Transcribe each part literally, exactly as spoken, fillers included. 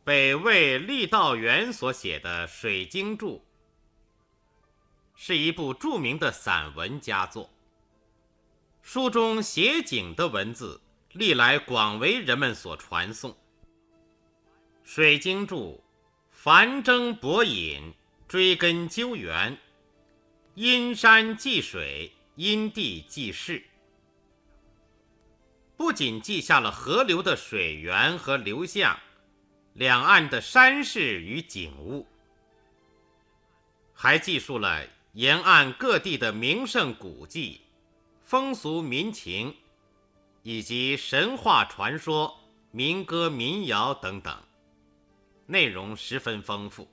北魏郦道元所写的《水经注》，是一部著名的散文佳作。书中写景的文字历来广为人们所传颂。《水经注》繁征博引，追根究源，因山记水，因地记事，不仅记下了河流的水源和流向，两岸的山势与景物，还记述了沿岸各地的名胜古迹、风俗民情，以及神话传说、民歌民谣等等，内容十分丰富，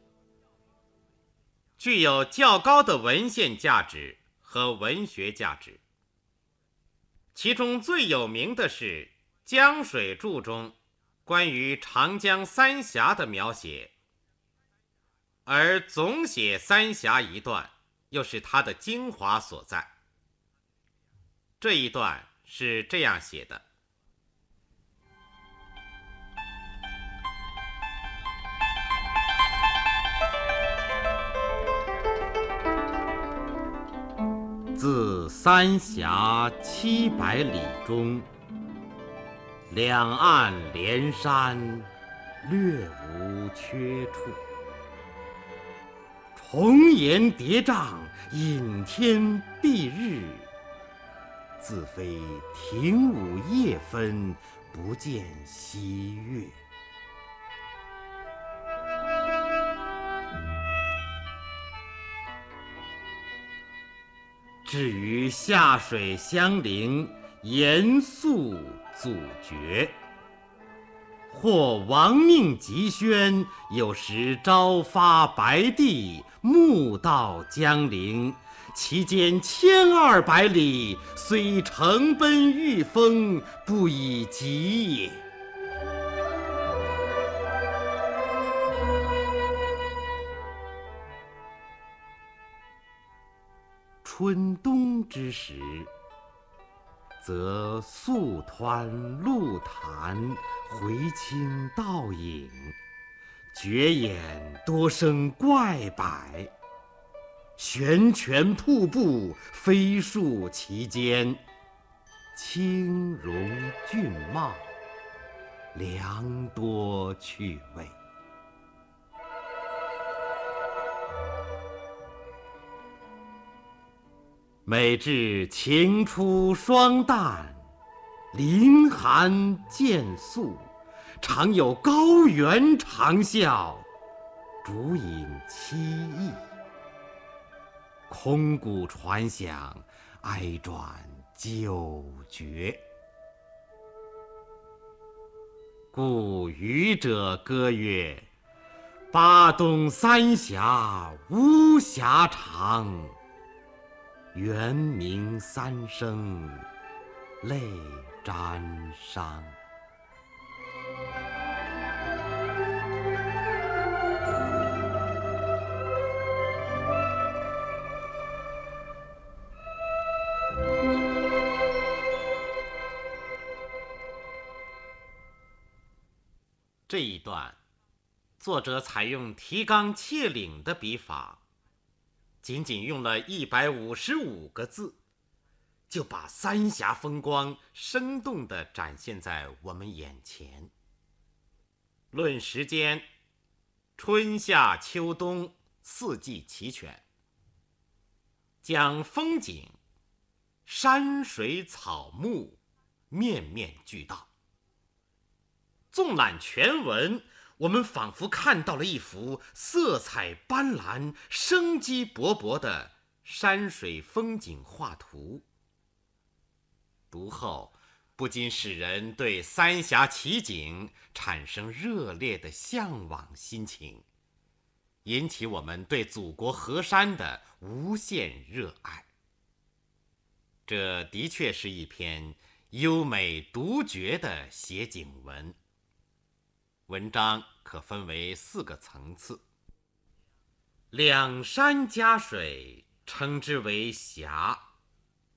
具有较高的文献价值和文学价值。其中最有名的是《江水注》中关于长江三峡的描写，而总写三峡一段又是它的精华所在。这一段是这样写的：自三峡七百里中，两岸连山，略无缺处。重岩叠嶂，隐天蔽日，自非庭午夜分，不见西月。至于下水相邻，严肃阻绝，或亡命急宣，有时朝发白帝，暮到江陵，其间千二百里，虽乘奔御风，不以及也。春冬之时，则溯湍路潭，回清倒影，绝眼多生怪柏，悬泉瀑布，飞树其间，清容俊茂，良多趣味。每至晴初霜淡，林寒渐肃，常有高猿长啸，竹影凄异，空谷传响，哀转久绝。故渔者歌曰：巴东三峡无暇长，猿鸣三声泪沾裳。这一段，作者采用提纲挈领的笔法，仅仅用了一百五十五个字，就把三峡风光生动地展现在我们眼前。论时间，春夏秋冬四季齐全；讲风景，山水草木面面俱到。纵览全文，我们仿佛看到了一幅色彩斑斓、生机勃勃的山水风景画图。读后不禁使人对三峡奇景产生热烈的向往心情，引起我们对祖国河山的无限热爱。这的确是一篇优美独绝的写景文。文章可分为四个层次。两山夹水，称之为峡，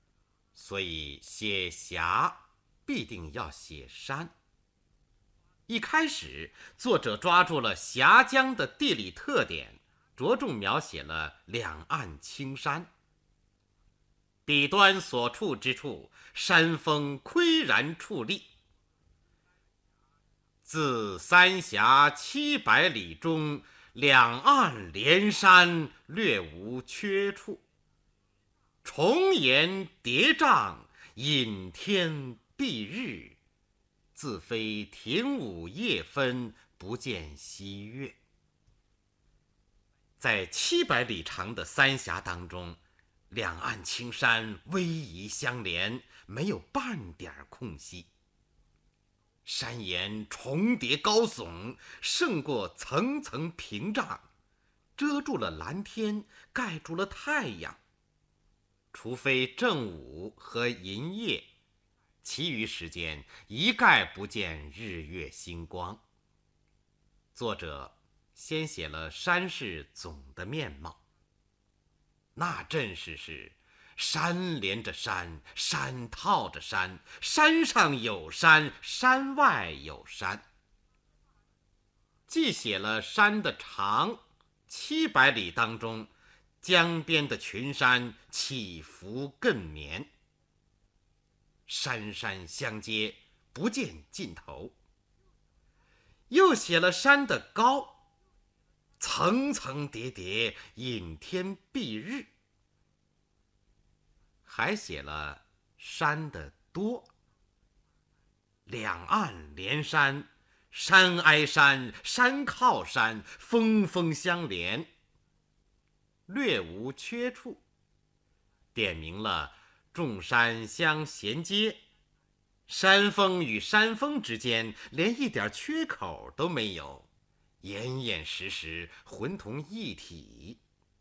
所以写峡必定要写山。 一开始，作者抓住了峡江的地理特点，着重描写了两岸青山。笔端所处之处，山峰岿然矗立。自三峡七百里中，两岸连山，略无缺处。重岩叠嶂，隐天蔽日，自非庭午夜分，不见西月。在七百里长的三峡当中，两岸青山逶迤相连，没有半点空隙。山岩重叠高耸，胜过层层屏障，遮住了蓝天，盖住了太阳。除非正午和寅夜，其余时间一概不见日月星光。作者先写了山势总的面貌，那阵势是山连着山，山套着山，山上有山，山外有山。既写了山的长，七百里当中江边的群山起伏亘绵，山山相接，不见尽头。又写了山的高，层层叠叠，隐天蔽日。还写了山的多，两岸连山，山挨山，山靠山，峰峰相连，略无缺处，点明了众山相衔接，山峰与山峰之间连一点缺口都没有，严严实实，浑同一体。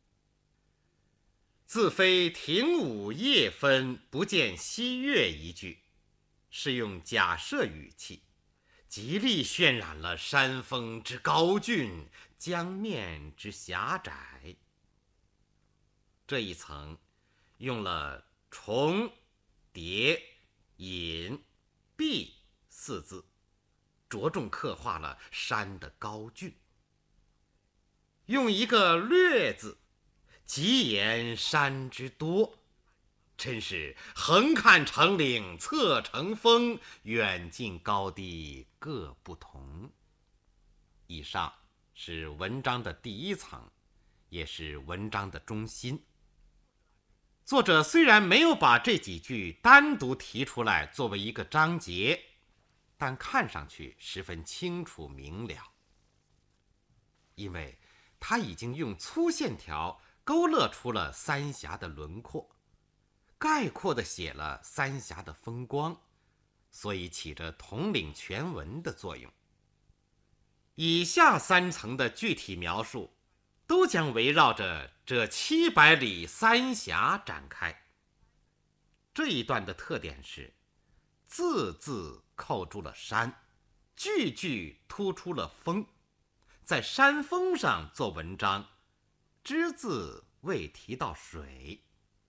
自非庭午夜分，不见西月一句，是用假设语气，极力渲染了山峰之高峻，江面之狭窄。这一层用了重、叠、隐、蔽四字，着重刻画了山的高峻。用一个略字，极言山之多，真是横看成岭侧成峰，远近高低各不同。以上是文章的第一层，也是文章的中心。作者虽然没有把这几句单独提出来作为一个章节，但看上去十分清楚明了，因为他已经用粗线条勾勒出了三峡的轮廓，概括地写了三峡的风光，所以起着统领全文的作用。以下三层的具体描述都将围绕着这七百里三峡展开。这一段的特点是字字扣住了山，句句突出了峰，在山峰上做文章，只字未提到水。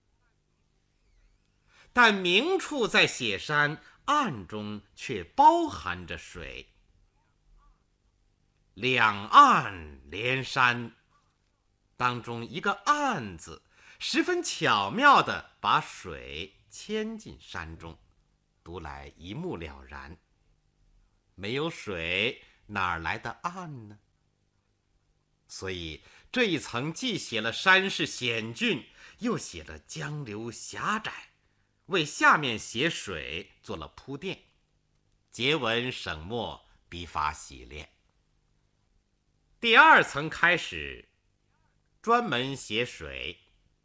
但明处在写山，暗中却包含着水。两岸连山当中一个岸字，十分巧妙地把水牵进山中，读来一目了然。没有水，哪儿来的岸呢？所以这一层既写了山势险峻，又写了江流狭窄，为下面写水做了铺垫，结文省墨，笔法洗练。第二层开始专门写水，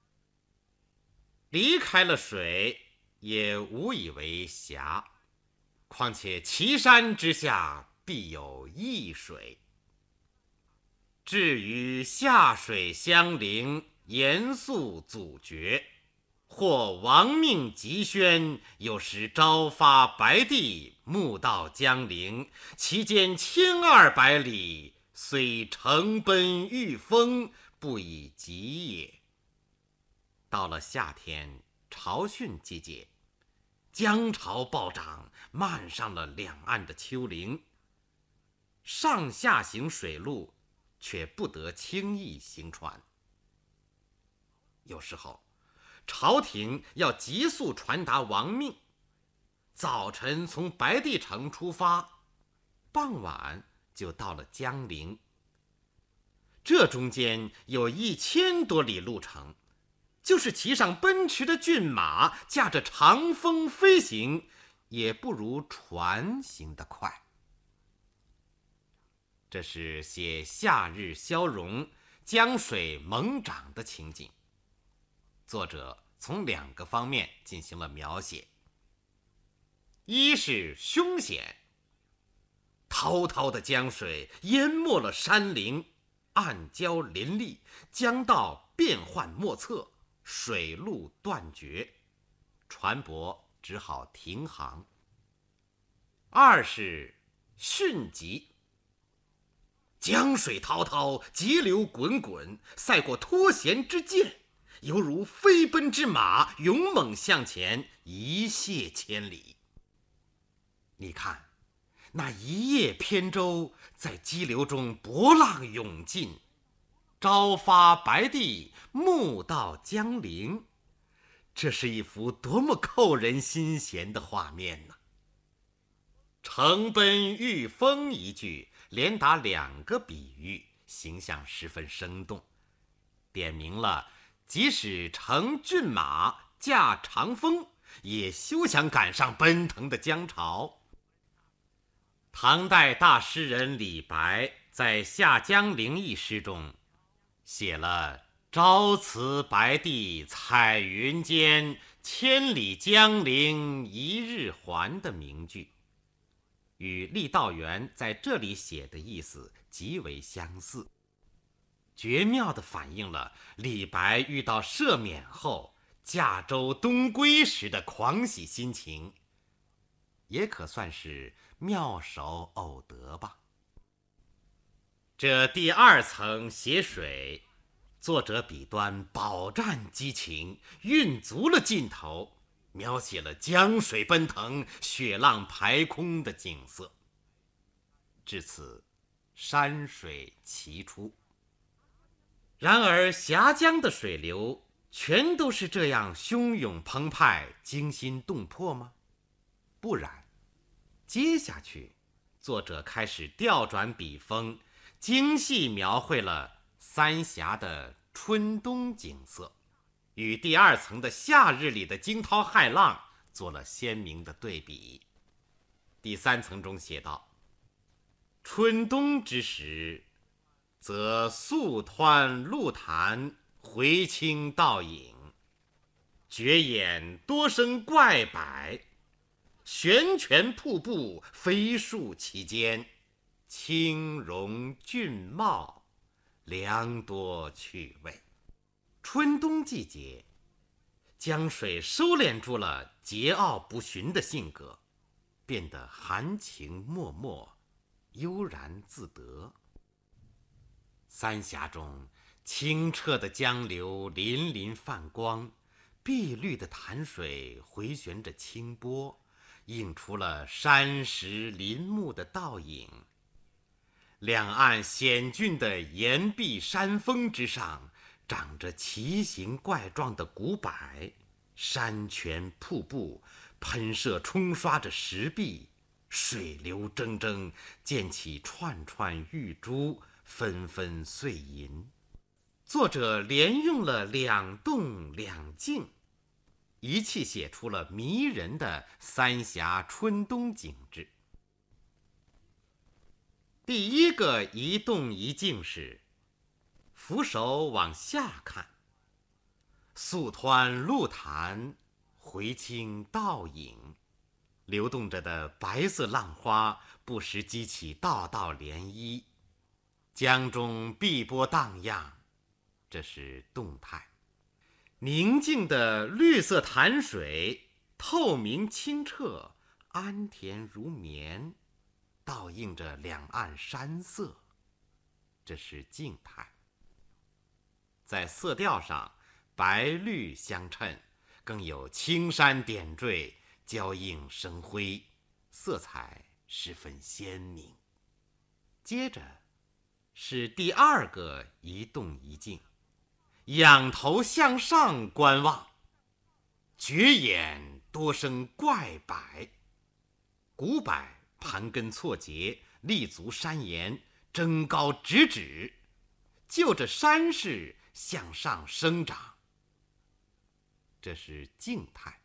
离开了水也无以为峡，况且岐山之下必有异水。至于下水相邻，严肃阻绝，或亡命急宣，有时朝发白帝，暮到江陵，其间千二百里，虽乘奔御风，不以及也。到了夏天潮汛季节，江潮暴涨，漫上了两岸的丘陵， 上下行水路却不得轻易行船。有时候朝廷要急速传达王命，早晨从白帝城出发，傍晚就到了江陵。这中间有一千多里路程，就是骑上奔驰的骏马，驾着长风飞行，也不如船行得快。这是写夏日消融、江水猛涨的情景。作者从两个方面进行了描写：一是凶险，滔滔的江水淹没了山林，暗礁林立，江道变幻莫测，水路断绝，船舶只好停航。二是迅疾，江水滔滔，急流滚滚，赛过脱弦之箭，犹如飞奔之马，勇猛向前，一泻千里。你看，那一叶扁舟在激流中波浪涌进，朝发白帝，暮到江陵，这是一幅多么扣人心弦的画面呢！乘奔御风一句，连打两个比喻，形象十分生动，点明了即使乘骏马驾长风，也休想赶上奔腾的江潮。唐代大诗人李白在《下江陵》一诗中写了“朝辞白帝彩云间，千里江陵一日还”的名句，与郦道元在这里写的意思极为相似，绝妙地反映了李白遇到赦免后驾舟东归时的狂喜心情，也可算是妙手偶得吧。这第二层写水，作者笔端饱蘸激情，运足了劲头，描写了江水奔腾、雪浪排空的景色。至此，山水齐出。然而峡江的水流全都是这样汹涌澎湃、惊心动魄吗？不然，接下去作者开始调转笔锋，精细描绘了三峡的春冬景色，与第二层的夏日里的惊涛骇浪做了鲜明的对比。第三层中写道：春冬之时，则溯湍路潭，回清倒影，绝眼多生怪柏，悬泉瀑布飞树其间，清容俊茂，良多趣味。春冬季节，江水收敛住了桀骜不驯的性格，变得含情脉脉，悠然自得。三峡中清澈的江流粼粼泛光，碧绿的潭水回旋着清波，映出了山石林木的倒影。两岸险峻的岩壁山峰之上，长着奇形怪状的古柏，山泉瀑布喷射冲刷着石壁，水流铮铮，溅起串串玉珠，纷纷碎银。作者连用了两动两静，一气写出了迷人的三峡春冬景致。第一个一动一静是俯首往下看，溯湍路潭，回清倒影，流动着的白色浪花不时激起道道涟漪，江中碧波荡漾，这是动态。宁静的绿色潭水透明清澈，安恬如眠，倒映着两岸山色，这是静态。在色调上，白绿相衬，更有青山点缀，娇映生辉，色彩十分鲜明。 接着是第二个一动一静，仰头向上观望，绝眼多生怪柏，古柏盘根错节，立足山岩，争高直指，就着山势向上生长。这是静态。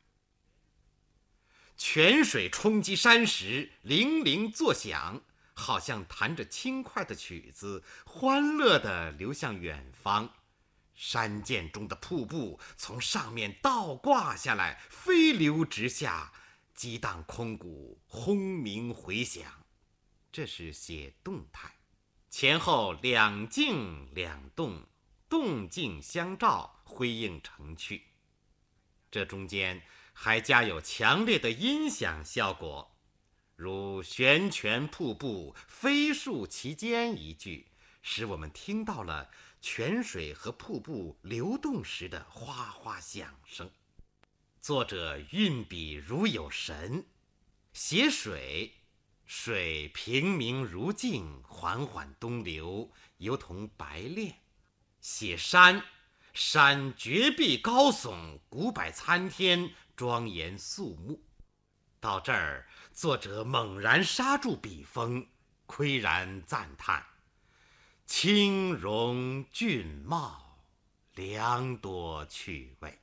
泉水冲击山石，铃铃作响，好像弹着轻快的曲子，欢乐地流向远方。山涧中的瀑布从上面倒挂下来，飞流直下，激荡空谷，轰鸣回响。这是写动态。前后两静两动，动静相照，辉映成趣。这中间还加有强烈的音响效果，如悬泉瀑布飞树其间一句，使我们听到了泉水和瀑布流动时的哗哗响声。作者运笔如有神，写水，水平明如镜，缓缓东流，犹同白练；写山，山绝壁高耸，古柏参天，庄严肃穆。到这儿，作者猛然刹住笔锋，喟然赞叹：清荣俊茂，良多趣味。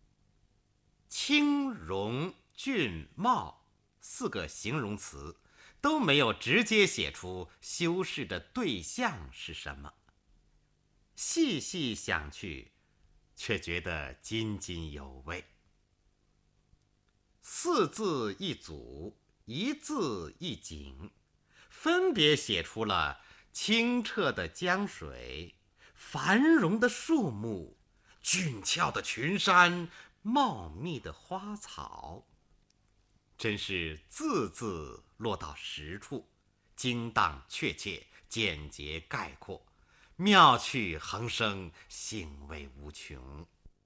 清荣俊茂四个形容词都没有直接写出修饰的对象是什么，细细想去，却觉得津津有味。四字一组，一字一景，分别写出了清澈的江水、繁荣的树木、俊俏的群山、茂密的花草。真是字字落到实处，精当确切，简洁概括，妙趣横生，兴味无穷。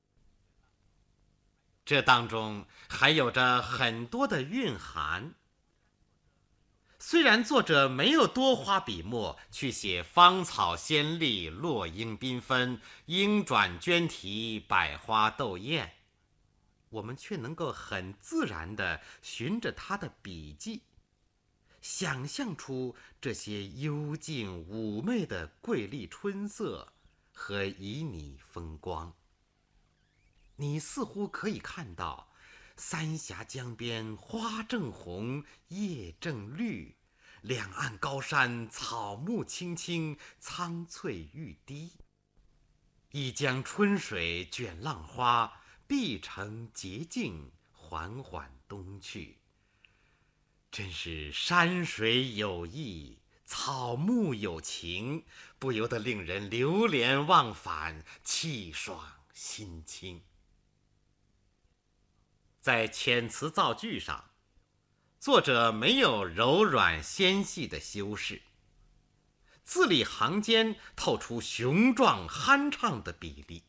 这当中还有着很多的蕴含。虽然作者没有多花笔墨去写芳草鲜丽，落英缤纷，莺转鹃啼，百花斗艳，我们却能够很自然地循着他的笔迹，想象出这些幽静妩媚的桂丽春色和旖旎风光。你似乎可以看到三峡江边花正红，叶正绿，两岸高山草木青青，苍翠欲滴。一江春水卷浪花，碧城洁净，缓缓东去。真是山水有意，草木有情，不由得令人流连忘返，气爽心清。在遣词造句上，作者没有柔软纤细的修饰，字里行间透出雄壮酣畅的比例。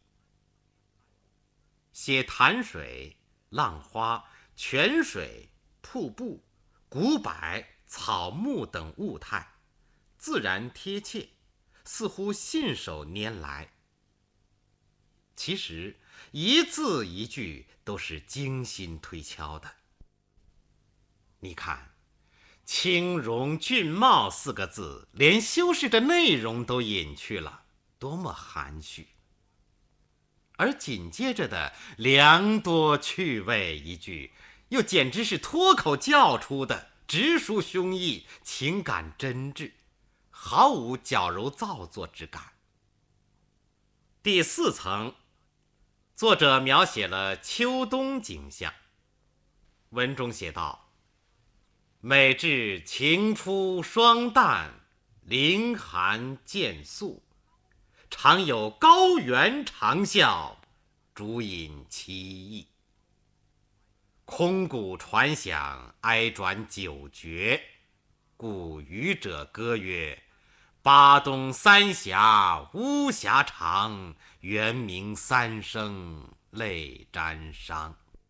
写潭水、浪花、泉水、瀑布、古柏、草木等物态，自然贴切，似乎信手拈来。其实一字一句都是精心推敲的。你看，清荣俊茂四个字，连修饰的内容都隐去了，多么含蓄。而紧接着的良多趣味一句，又简直是脱口叫出的，直抒胸臆，情感真挚，毫无矫揉造作之感。第四层，作者描写了秋冬景象。文中写道：每至晴初霜淡，凌寒渐肃，常有高原长啸，竹饮其意。空谷传响，哀转九绝，故渔者歌曰：巴东三峡巫峡长，猿鸣三声泪沾裳。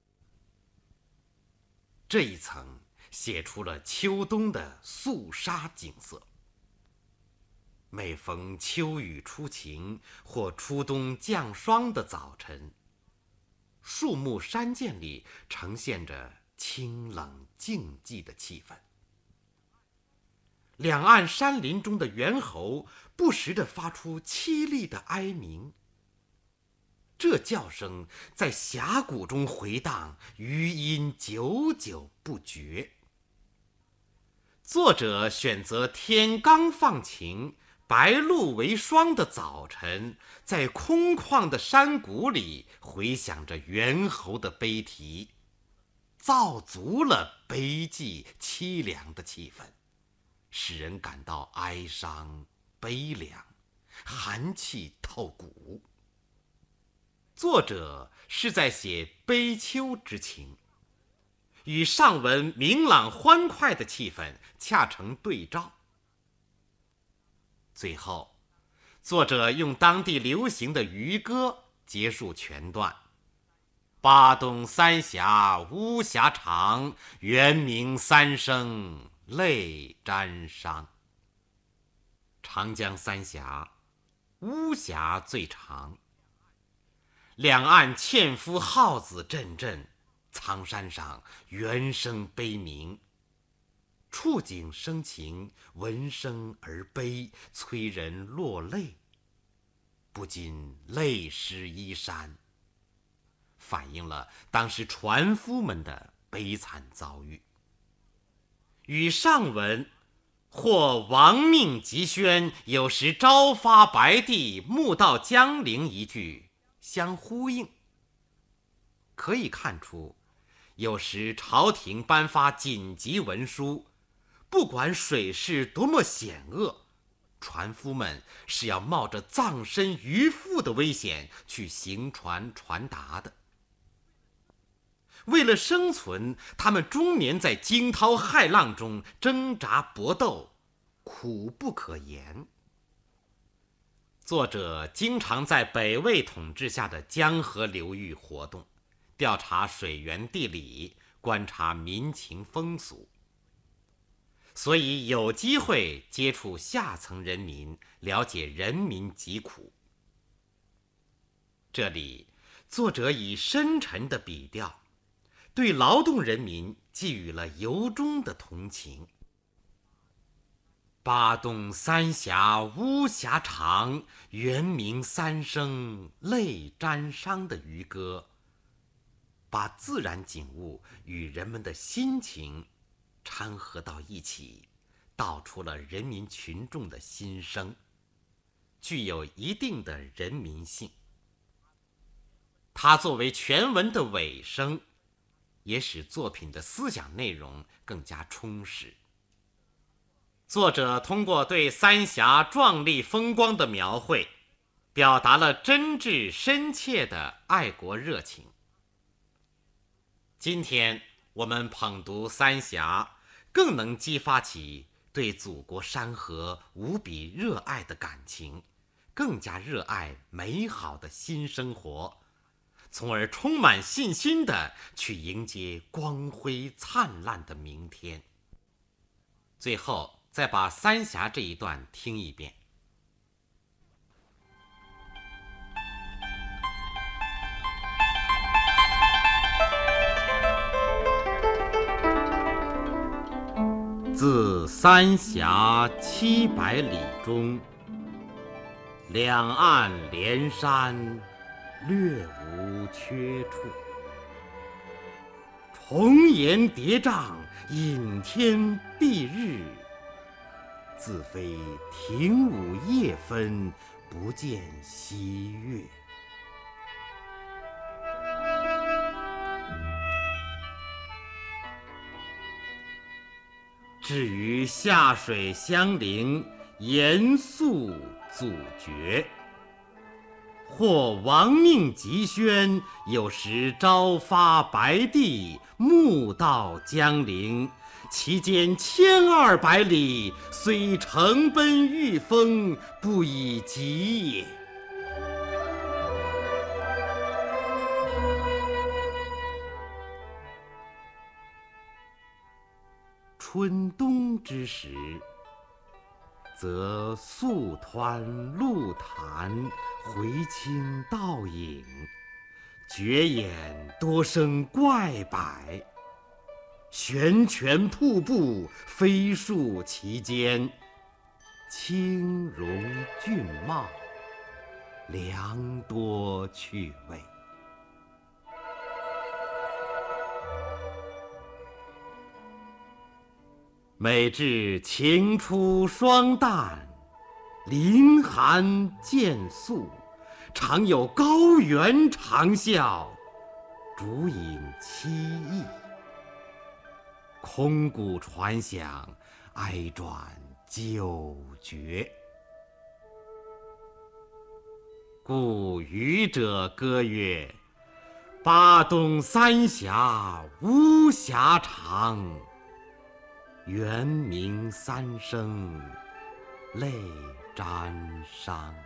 这一层写出了秋冬的肃杀景色。 每逢秋雨初晴或初冬降霜的早晨，树木山涧里呈现着清冷静寂的气氛。两岸山林中的猿猴不时地发出凄厉的哀鸣，这叫声在峡谷中回荡，余音久久不绝。作者选择天刚放晴、白露为霜的早晨，在空旷的山谷里回响着猿猴的悲啼，造足了悲寂凄凉的气氛，使人感到哀伤悲凉，寒气透骨。作者是在写悲秋之情，与上文明朗欢快的气氛恰成对照。最后，作者用当地流行的渔歌结束全段：巴东三峡巫峡长，猿鸣三声泪沾裳。长江三峡，巫峡最长，两岸纤夫号子阵阵，苍山上猿声悲鸣，触景生情，闻声而悲，催人落泪，不禁泪湿衣衫，反映了当时船夫们的悲惨遭遇。与上文或亡命急宣，有时朝发白帝，暮到江陵一句相呼应。可以看出，有时朝廷颁发紧急文书，不管水势多么险恶，船夫们是要冒着葬身鱼腹的危险去行船传达的。为了生存，他们终年在惊涛骇浪中挣扎搏斗，苦不可言。作者经常在北魏统治下的江河流域活动，调查水源地理，观察民情风俗，所以有机会接触下层人民，了解人民疾苦。这里，作者以深沉的笔调，对劳动人民寄予了由衷的同情。巴东三峡巫峡长，猿鸣三声泪沾裳的渔歌，把自然景物与人们的心情掺合到一起，道出了人民群众的心声，具有一定的人民性。它作为全文的尾声，也使作品的思想内容更加充实。作者通过对三峡壮丽风光的描绘，表达了真挚深切的爱国热情。今天我们捧读三峡，更能激发起对祖国山河无比热爱的感情，更加热爱美好的新生活，从而充满信心地去迎接光辉灿烂的明天。最后再把三峡这一段听一遍。自三峡七百里中，两岸连山略无缺处，重岩叠嶂，隐天蔽日，自非庭午夜分，不见西月。至于下水相邻，严肃阻绝，或亡命急宣，有时朝发白帝，暮到江陵，其间千二百里，虽乘奔御风，不以及也。春冬之时， 则素湍露潭，回清倒影，绝眼多生怪柏，悬泉瀑布飞树其间，清容俊茂，良多趣味。每至晴初霜淡，林寒渐肃，常有高猿长啸，竹影凄异，空谷传响，哀转久绝。故渔者歌曰：巴东三峡无暇长，猿鸣三声泪沾裳。